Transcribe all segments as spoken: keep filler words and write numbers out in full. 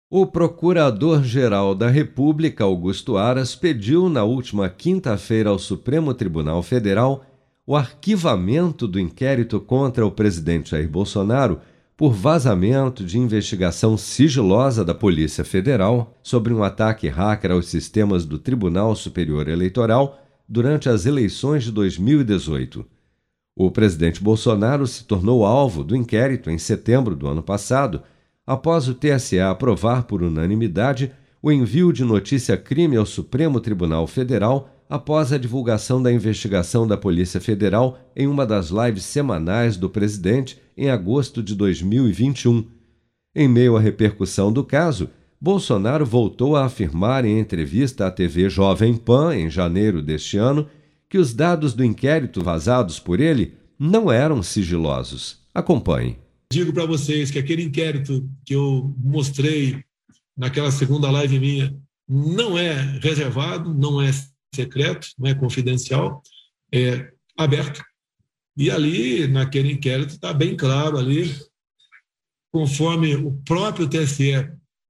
O Procurador-Geral da República, Augusto Aras, pediu na última quinta-feira ao Supremo Tribunal Federal o arquivamento do inquérito contra o presidente Jair Bolsonaro por vazamento de investigação sigilosa da Polícia Federal sobre um ataque hacker aos sistemas do Tribunal Superior Eleitoral durante as eleições de dois mil e dezoito. O presidente Bolsonaro se tornou alvo do inquérito em setembro do ano passado, após o T S E aprovar por unanimidade o envio de notícia-crime ao Supremo Tribunal Federal após a divulgação da investigação da Polícia Federal em uma das lives semanais do presidente em agosto de dois mil e vinte e um. Em meio à repercussão do caso, Bolsonaro voltou a afirmar em entrevista à T V Jovem Pan, em janeiro deste ano, que os dados do inquérito vazados por ele não eram sigilosos. Acompanhe. Digo para vocês que aquele inquérito que eu mostrei naquela segunda live minha não é reservado, não é secreto, não é confidencial, é aberto. E ali, naquele inquérito, está bem claro ali, conforme o próprio T S E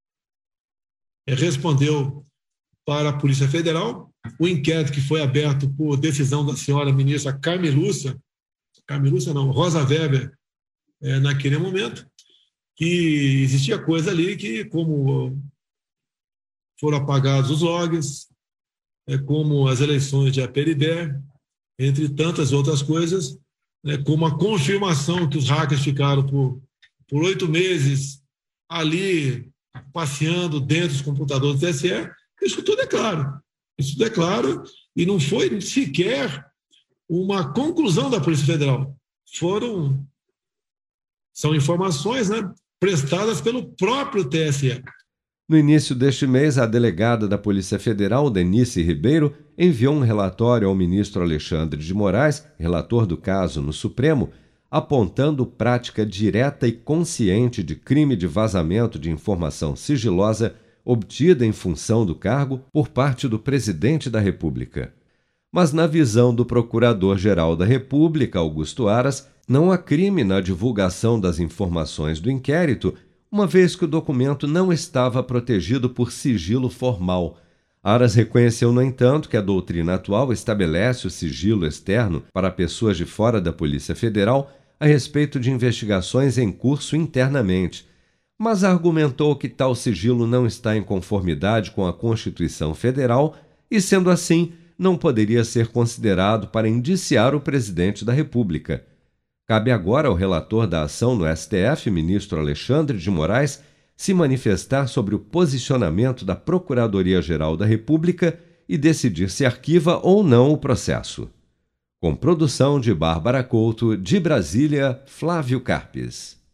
respondeu para a Polícia Federal, o inquérito que foi aberto por decisão da senhora ministra Carmen Lúcia, Carmen Lúcia não, Rosa Weber, é, naquele momento, que existia coisa ali que, como foram apagados os logs, é, como as eleições de Aperibé, entre tantas outras coisas, né, como a confirmação que os hackers ficaram por, por oito meses ali passeando dentro dos computadores do T S E, isso tudo é claro. Isso tudo é claro e não foi sequer uma conclusão da Polícia Federal. Foram, são informações, né, prestadas pelo próprio T S E. No início deste mês, a delegada da Polícia Federal, Denise Ribeiro, enviou um relatório ao ministro Alexandre de Moraes, relator do caso no Supremo, apontando prática direta e consciente de crime de vazamento de informação sigilosa obtida em função do cargo por parte do presidente da República. Mas, na visão do Procurador-Geral da República, Augusto Aras, não há crime na divulgação das informações do inquérito, uma vez que o documento não estava protegido por sigilo formal. Aras reconheceu, no entanto, que a doutrina atual estabelece o sigilo externo para pessoas de fora da Polícia Federal a respeito de investigações em curso internamente, mas argumentou que tal sigilo não está em conformidade com a Constituição Federal e, sendo assim, não poderia ser considerado para indiciar o presidente da República. Cabe agora ao relator da ação no S T F, ministro Alexandre de Moraes, se manifestar sobre o posicionamento da Procuradoria-Geral da República e decidir se arquiva ou não o processo. Com produção de Bárbara Couto, de Brasília, Flávio Carpes.